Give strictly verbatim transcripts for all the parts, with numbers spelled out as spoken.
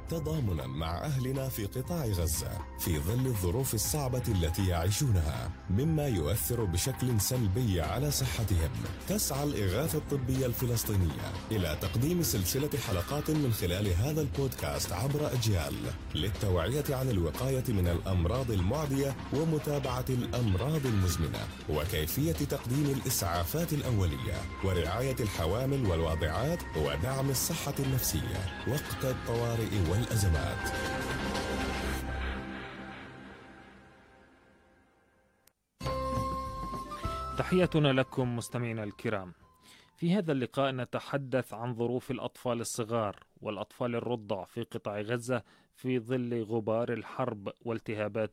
تضامنا مع أهلنا في قطاع غزة في ظل الظروف الصعبة التي يعيشونها مما يؤثر بشكل سلبي على صحتهم. تسعى الإغاثة الطبية الفلسطينية إلى تقديم سلسلة حلقات من خلال هذا البودكاست عبر أجيال للتوعية عن الوقاية من الأمراض المعدية ومتابعة الأمراض المزمنة وكيفية تقديم الإسعافات الأولية ورعاية الحوامل والواضعات ودعم الصحة النفسية وقت الطوارئ والأزمات. تحياتنا لكم مستمعينا الكرام. في هذا اللقاء نتحدث عن ظروف الأطفال الصغار والأطفال الرضع في قطاع غزة في ظل غبار الحرب والتهابات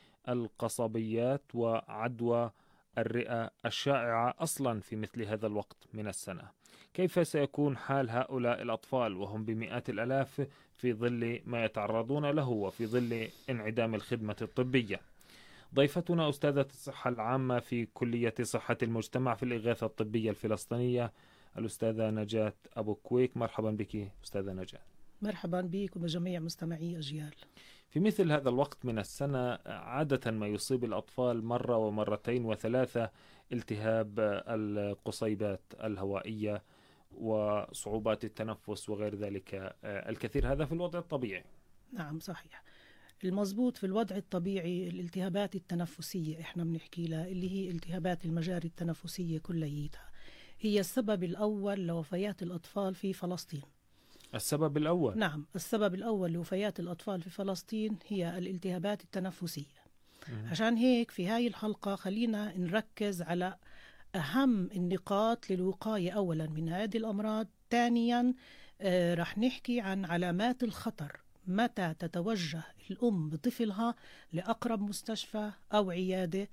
القصبيات وعدوى الرئة الشائعة أصلا في مثل هذا الوقت من السنة. كيف سيكون حال هؤلاء الأطفال وهم بمئات الآلاف في ظل ما يتعرضون له وفي ظل انعدام الخدمة الطبية؟ ضيفتنا أستاذة الصحة العامة في كلية صحة المجتمع في الإغاثة الطبية الفلسطينية الأستاذة نجاة أبو كويك. مرحبا بك أستاذة نجاة. مرحبا بك وبجميع مستمعي أجيال. في مثل هذا الوقت من السنة عادة ما يصيب الأطفال مرة ومرتين وثلاثة التهاب القصيبات الهوائية وصعوبات التنفس وغير ذلك الكثير، هذا في الوضع الطبيعي. نعم صحيح، المضبوط. في الوضع الطبيعي الالتهابات التنفسية احنا بنحكي لها اللي هي التهابات المجاري التنفسية كليتها هي السبب الأول لوفيات الأطفال في فلسطين. السبب الأول؟ نعم، السبب الأول لوفيات الأطفال في فلسطين هي الالتهابات التنفسية. م- عشان هيك في هاي الحلقة خلينا نركز على أهم النقاط للوقاية أولا من هذه الأمراض. ثانيا آه رح نحكي عن علامات الخطر متى تتوجه الأم بطفلها لأقرب مستشفى أو عيادة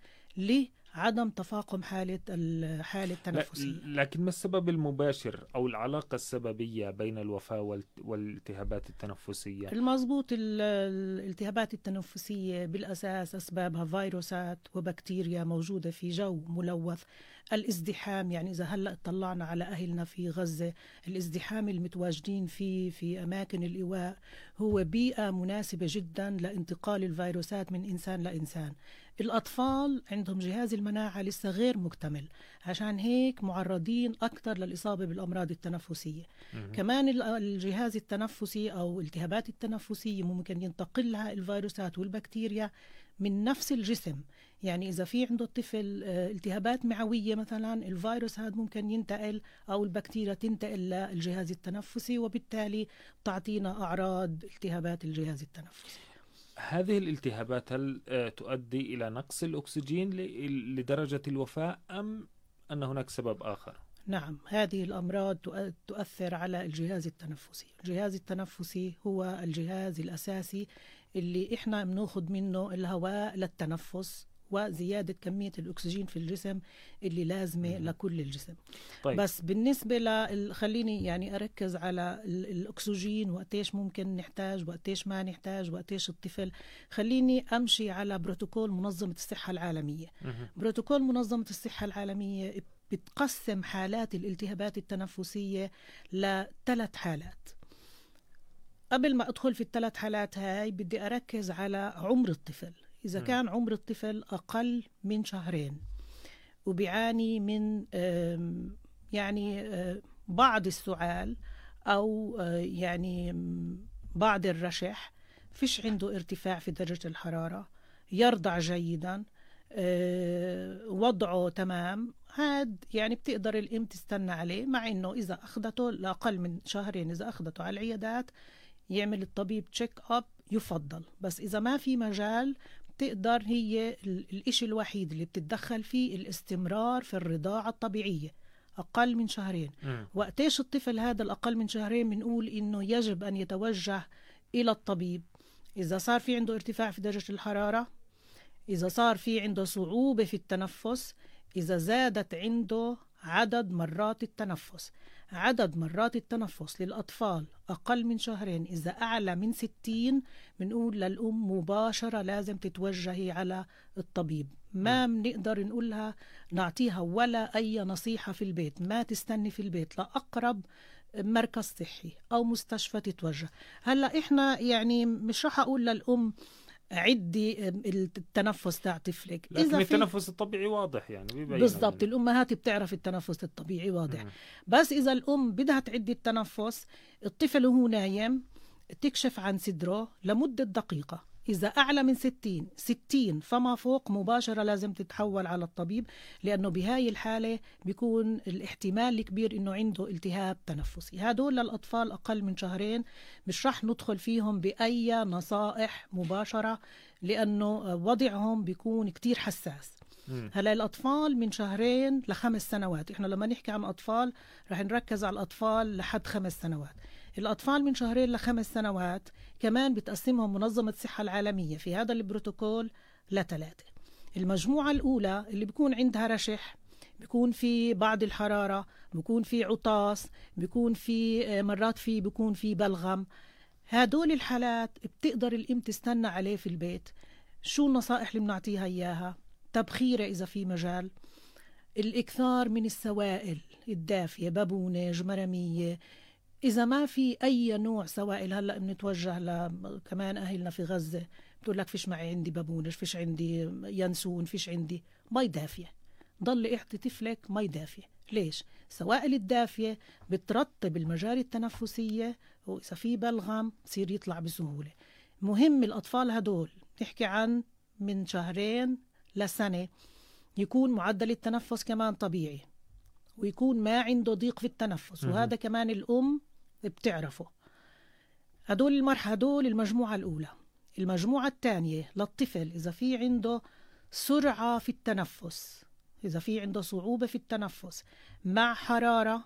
لعدم تفاقم حالة الحالة التنفسية. لكن ما السبب المباشر أو العلاقة السببية بين الوفاة والالتهابات التنفسية؟ المضبوط، الالتهابات التنفسية بالأساس أسبابها فيروسات وبكتيريا موجودة في جو ملوث. الازدحام، يعني إذا هلأ اطلعنا على أهلنا في غزة، الازدحام المتواجدين فيه في أماكن الإيواء هو بيئة مناسبة جدا لانتقال الفيروسات من إنسان لإنسان. الأطفال عندهم جهاز المناعة لسه غير مكتمل، عشان هيك معرضين أكثر للإصابة بالأمراض التنفسية. م- كمان الجهاز التنفسي أو الالتهابات التنفسية ممكن ينتقلها الفيروسات والبكتيريا من نفس الجسم. يعني إذا في عنده الطفل التهابات معوية مثلا، الفيروس هذا ممكن ينتقل أو البكتيريا تنتقل للجهاز التنفسي وبالتالي تعطينا أعراض التهابات الجهاز التنفسي. هذه الالتهابات هل تؤدي إلى نقص الأكسجين لدرجة الوفاة أم أن هناك سبب آخر؟ نعم، هذه الأمراض تؤثر على الجهاز التنفسي. الجهاز التنفسي هو الجهاز الأساسي اللي إحنا بناخد منه الهواء للتنفس وزيادة كمية الأكسجين في الجسم اللي لازمة م- لكل الجسم. طيب. بس بالنسبة ل خليني يعني أركز على الأكسجين وقتيش ممكن نحتاج وقتيش ما نحتاج وقتيش الطفل. خليني أمشي على بروتوكول منظمة الصحة العالمية. م- بروتوكول منظمة الصحة العالمية بتقسم حالات الالتهابات التنفسية لثلاث حالات. قبل ما أدخل في الثلاث حالات هاي بدي أركز على عمر الطفل. إذا كان عمر الطفل أقل من شهرين وبيعاني من يعني بعض السعال أو يعني بعض الرشح، فيش عنده ارتفاع في درجة الحرارة، يرضع جيدا، وضعه تمام، هاد يعني بتقدر الأم تستنى عليه. مع إنه إذا أخذته لأقل من شهرين، إذا أخذته على العيادات يعمل الطبيب تشيك أب يفضل. بس إذا ما في مجال تقدر هي الإشي الوحيد اللي بتتدخل فيه الاستمرار في الرضاعة الطبيعية أقل من شهرين. م. وقتيش الطفل هذا الأقل من شهرين بنقول إنه يجب أن يتوجه إلى الطبيب؟ إذا صار في عنده ارتفاع في درجة الحرارة، إذا صار في عنده صعوبة في التنفس، إذا زادت عنده عدد مرات التنفس. عدد مرات التنفس للأطفال أقل من شهرين إذا أعلى من ستين بنقول للأم مباشرة لازم تتوجهي على الطبيب. ما بنقدر نقولها نعطيها ولا أي نصيحة في البيت، ما تستني في البيت، لأقرب مركز صحي أو مستشفى تتوجه. هلأ إحنا يعني مش رح أقول للأم عدي التنفس تاع طفلك، لكن إذا التنفس الطبيعي واضح يعني بالضبط. الأمهات بتعرف التنفس الطبيعي واضح. م- بس إذا الأم بدها تعدي التنفس، الطفل وهو نايم تكشف عن صدره لمدة دقيقة، إذا أعلى من ستين ستين فما فوق مباشرة لازم تتحول على الطبيب، لأنه بهاي الحالة بيكون الاحتمال الكبير إنه عنده التهاب تنفسي. هدول للأطفال أقل من شهرين مش رح ندخل فيهم بأي نصائح مباشرة، لأنه وضعهم بيكون كتير حساس. هلا الأطفال من شهرين لخمس سنوات، إحنا لما نحكي عن أطفال رح نركز على الأطفال لحد خمس سنوات. الأطفال من شهرين لخمس سنوات كمان بتقسمهم منظمة الصحة العالمية في هذا البروتوكول لثلاثة. المجموعة الأولى اللي بيكون عندها رشح، بيكون في بعض الحرارة، بيكون في عطاس، بيكون في مرات في بيكون في بلغم. هدول الحالات بتقدر الأم تستنى عليه في البيت. شو النصائح اللي بنعطيها إياها؟ تبخيرة إذا في مجال، الإكثار من السوائل الدافية، بابونة، جمرمية. إذا ما في أي نوع سوائل، هلأ بنتوجه ل كمان أهلنا في غزة بتقول لك فيش معي عندي بابونج، فيش عندي ينسون، فيش عندي مي دافية. ضل اعطي طفلك مي دافية. ليش؟ السوائل الدافية بترطب المجاري التنفسية، وإذا في بلغم بصير يطلع بسهولة. مهم الأطفال هدول نحكي عن من شهرين لسنة يكون معدل التنفس كمان طبيعي، ويكون ما عنده ضيق في التنفس، وهذا كمان الأم بتعرفه. هدول المرحلة، هدول المجموعة الأولى. المجموعة الثانية للطفل إذا في عنده سرعة في التنفس، إذا في عنده صعوبة في التنفس مع حرارة،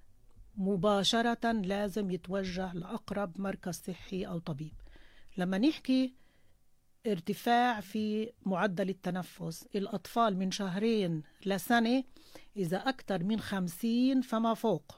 مباشرة لازم يتوجه لأقرب مركز صحي أو طبيب. لما نحكي ارتفاع في معدل التنفس، الأطفال من شهرين لسنة إذا أكثر من خمسين فما فوق.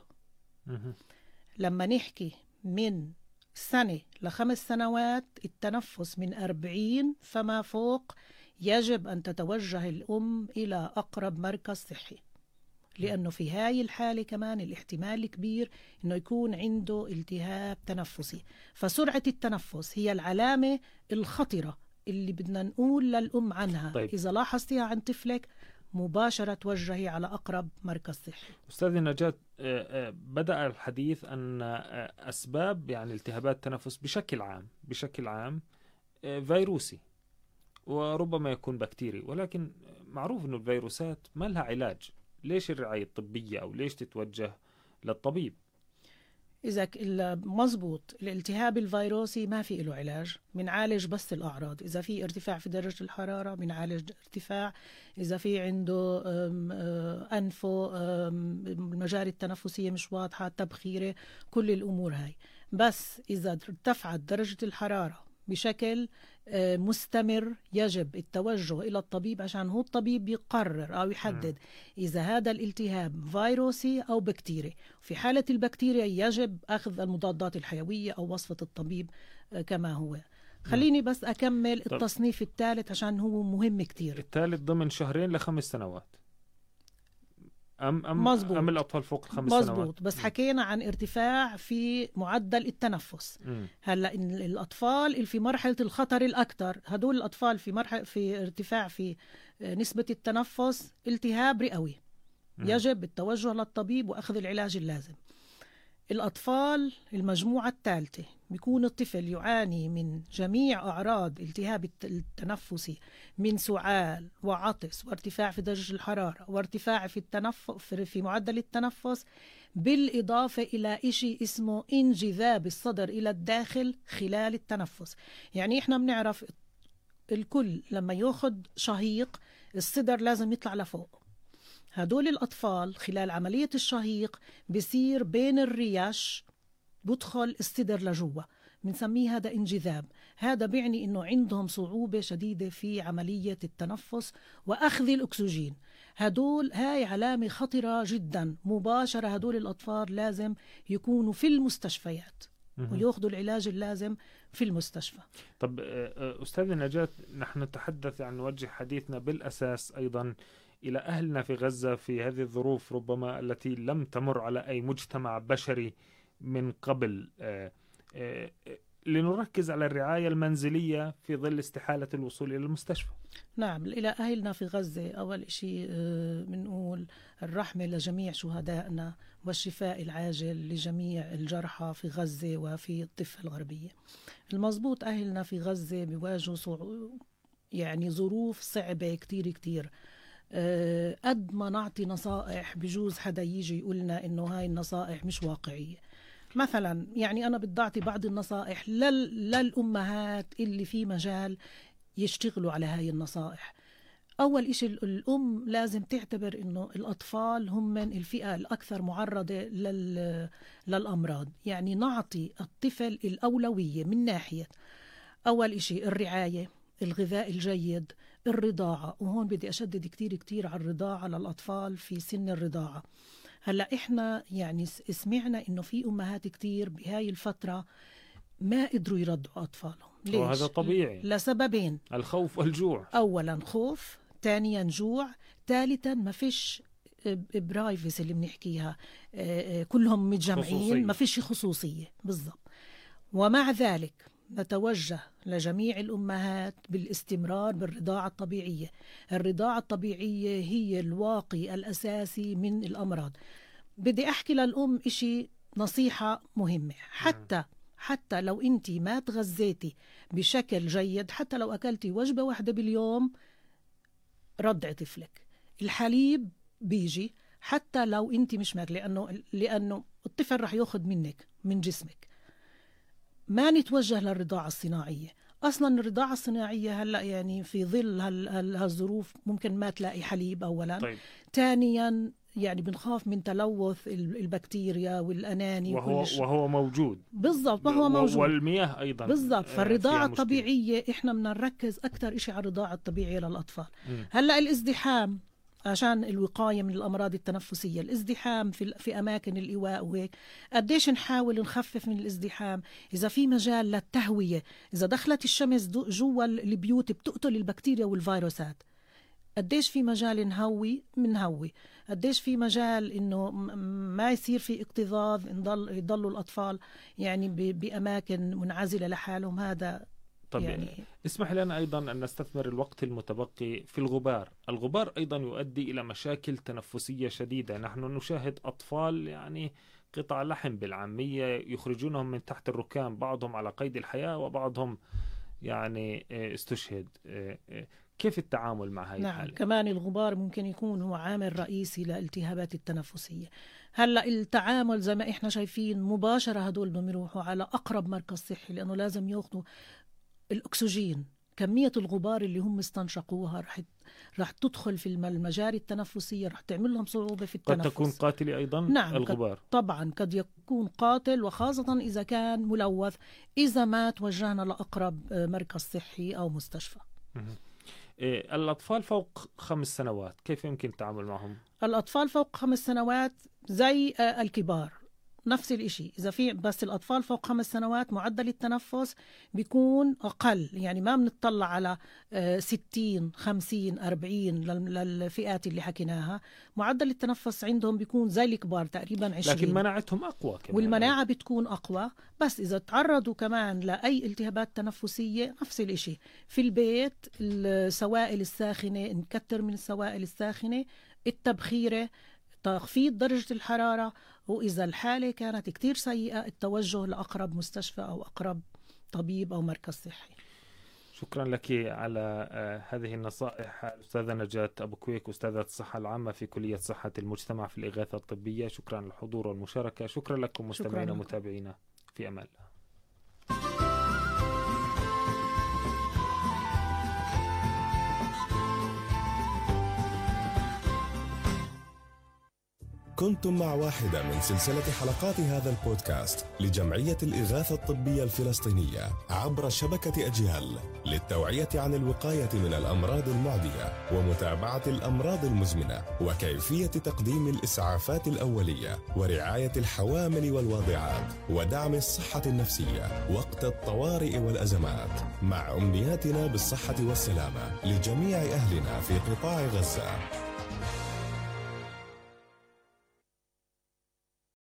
لما نحكي من سنة لخمس سنوات التنفس من أربعين فما فوق، يجب أن تتوجه الأم إلى أقرب مركز صحي، لأنه في هاي الحالة كمان الاحتمال الكبير أنه يكون عنده التهاب تنفسي. فسرعة التنفس هي العلامة الخطرة اللي بدنا نقول للأم عنها. طيب. إذا لاحظتيها عن طفلك مباشرة توجهي على أقرب مركز صحي. أستاذ نجاة، بدأ الحديث أن أسباب يعني التهابات التنفس بشكل عام بشكل عام فيروسي، وربما يكون بكتيري، ولكن معروف أن الفيروسات ما لها علاج. ليش الرعاية الطبية أو ليش تتوجه للطبيب؟ إذا مزبوط الالتهاب الفيروسي ما في له علاج، بنعالج بس الأعراض. إذا في ارتفاع في درجة الحرارة بنعالج ارتفاع، إذا في عنده أنفه المجاري التنفسية مش واضحة، تبخيرة، كل الأمور هاي. بس إذا ارتفعت درجة الحرارة بشكل مستمر يجب التوجه إلى الطبيب عشان هو الطبيب يقرر أو يحدد إذا هذا الالتهاب فيروسي أو بكتيري. في حالة البكتيريا يجب أخذ المضادات الحيوية أو وصفة الطبيب كما هو. خليني بس أكمل التصنيف الثالث عشان هو مهم كتير. الثالث ضمن شهرين لخمس سنوات أم, أم, مزبوط. أم الأطفال فوق الخمس مزبوط. سنوات مزبوط. بس حكينا عن ارتفاع في معدل التنفس. م. هلا الأطفال اللي في مرحلة الخطر الأكثر، هدول الأطفال في مرحلة في ارتفاع في نسبة التنفس، التهاب رئوي، م. يجب التوجه للطبيب وأخذ العلاج اللازم. الأطفال المجموعة الثالثة بيكون الطفل يعاني من جميع أعراض التهاب التنفسي، من سعال وعطس وارتفاع في درجة الحرارة وارتفاع في التنفس في معدل التنفس، بالإضافة إلى إشي اسمه انجذاب الصدر إلى الداخل خلال التنفس. يعني إحنا بنعرف الكل لما يأخذ شهيق الصدر لازم يطلع لفوق. هدول الأطفال خلال عملية الشهيق بيصير بين الريش بدخل الصدر لجوا، بنسميه هذا انجذاب. هذا بيعني إنه عندهم صعوبة شديدة في عملية التنفس وأخذ الأكسجين. هدول هاي علامة خطرة جدا. مباشرة هدول الأطفال لازم يكونوا في المستشفيات ويأخذوا العلاج اللازم في المستشفى. طب أستاذ نجاة، نحن نتحدث عن نوجه حديثنا بالأساس أيضا إلى أهلنا في غزة في هذه الظروف ربما التي لم تمر على أي مجتمع بشري من قبل، لنركز على الرعاية المنزلية في ظل استحالة الوصول إلى المستشفى. نعم، إلى أهلنا في غزة أول شيء بنقول الرحمة لجميع شهدائنا والشفاء العاجل لجميع الجرحى في غزة وفي الضفة الغربية. المضبوط أهلنا في غزة بيواجهوا صعو... يعني ظروف صعبة كتير كتير. قد ما نعطي نصائح بجوز حدا يجي يقولنا إنه هاي النصائح مش واقعية. مثلا يعني أنا بدي أعطي بعض النصائح لل... للأمهات اللي في مجال يشتغلوا على هاي النصائح. أول إشي الأم لازم تعتبر إنه الأطفال هم من الفئة الأكثر معرضة لل... للأمراض، يعني نعطي الطفل الأولوية من ناحية أول إشي الرعاية، الغذاء الجيد، الرضاعة. وهون بدي أشدد كتير كتير على الرضاعة للأطفال في سن الرضاعة. هلأ إحنا يعني سمعنا إنه في أمهات كتير بهاي الفترة ما قدروا يرضعوا أطفالهم. ليش؟ وهذا طبيعي لسببين: الخوف والجوع. أولا خوف، ثانيا جوع، ثالثا ما فيش برايفسي اللي بنحكيها، كلهم متجمعين، ما فيش خصوصية بالضبط. ومع ذلك نتوجه لجميع الأمهات بالاستمرار بالرضاعة الطبيعية. الرضاعة الطبيعية هي الواقي الأساسي من الأمراض. بدي أحكي للأم إشي نصيحة مهمة، حتى حتى لو أنت ما تغذيتي بشكل جيد، حتى لو أكلتي وجبة واحدة باليوم، رضع طفلك. الحليب بيجي حتى لو أنت مش ماكلة، لأنه لأنه الطفل رح يأخذ منك من جسمك. ما نتوجه للرضاعة الصناعية. أصلا الرضاعة الصناعية هلأ يعني في ظل هالظروف ممكن ما تلاقي حليب أولا. طيب. ثانيا يعني بنخاف من تلوث البكتيريا والأناني، وهو, وهو موجود بالضبط، وهو موجود، والمياه أيضا بالضبط. فالرضاعة الطبيعية إحنا بدنا نركز أكثر إشي على الرضاعة الطبيعية للأطفال. م. هلأ الازدحام عشان الوقاية من الأمراض التنفسية، الازدحام في في أماكن الإيواء وهيك، قديش نحاول نخفف من الازدحام. إذا في مجال للتهوية، إذا دخلت الشمس جوا البيوت بتقتل البكتيريا والفيروسات، قديش في مجال نهوي منهوي، قديش في مجال إنه ما يصير في اكتظاظ، نضل يضلوا الأطفال يعني بأماكن منعزلة لحالهم. هذا طب يعني اسمح لنا أيضا أن نستثمر الوقت المتبقي في الغبار. الغبار أيضا يؤدي إلى مشاكل تنفسية شديدة. نحن نشاهد أطفال يعني قطع لحم بالعامية يخرجونهم من تحت الركام، بعضهم على قيد الحياة وبعضهم يعني استشهد. كيف التعامل مع هاي نعم الحالة؟ كمان الغبار ممكن يكون هو عامل رئيسي للالتهابات التنفسية. هلأ التعامل زي ما إحنا شايفين مباشرة هدول بيروحوا على أقرب مركز صحي، لأنه لازم يأخذوا الأكسجين. كمية الغبار اللي هم استنشقوها رح رح تدخل في المجاري التنفسية، رح تعمل لهم صعوبة في التنفس. قد تكون قاتلة أيضا. نعم الغبار طبعا قد يكون قاتل، وخاصة إذا كان ملوث، إذا ما توجهنا لأقرب مركز صحي أو مستشفى. الأطفال فوق خمس سنوات كيف يمكن التعامل معهم؟ الأطفال فوق خمس سنوات زي الكبار نفس الإشي. إذا في بس الأطفال فوق خمس سنوات معدل التنفس بيكون أقل، يعني ما بنطلع على ستين خمسين أربعين للفئات اللي حكيناها. معدل التنفس عندهم بيكون زي الكبار تقريبا عشرين، لكن مناعتهم أقوى كمان. والمناعة بتكون أقوى. بس إذا تعرضوا كمان لأي التهابات تنفسية نفس الإشي في البيت. السوائل الساخنة، نكتر من السوائل الساخنة، التبخيرة، تخفيض درجة الحرارة، وإذا الحالة كانت كتير سيئة التوجه لأقرب مستشفى أو أقرب طبيب أو مركز صحي. شكرا لك على هذه النصائح الأستاذة نجاة أبو كويك، أستاذة الصحة العامة في كلية صحة المجتمع في الإغاثة الطبية. شكرا للحضور والمشاركة. شكرا لكم مستمعينا ومتابعينا، في أمان الله. كنتم مع واحدة من سلسلة حلقات هذا البودكاست لجمعية الإغاثة الطبية الفلسطينية عبر شبكة أجيال للتوعية عن الوقاية من الأمراض المعدية ومتابعة الأمراض المزمنة وكيفية تقديم الإسعافات الأولية ورعاية الحوامل والواضعات ودعم الصحة النفسية وقت الطوارئ والأزمات، مع أمنياتنا بالصحة والسلامة لجميع أهلنا في قطاع غزة.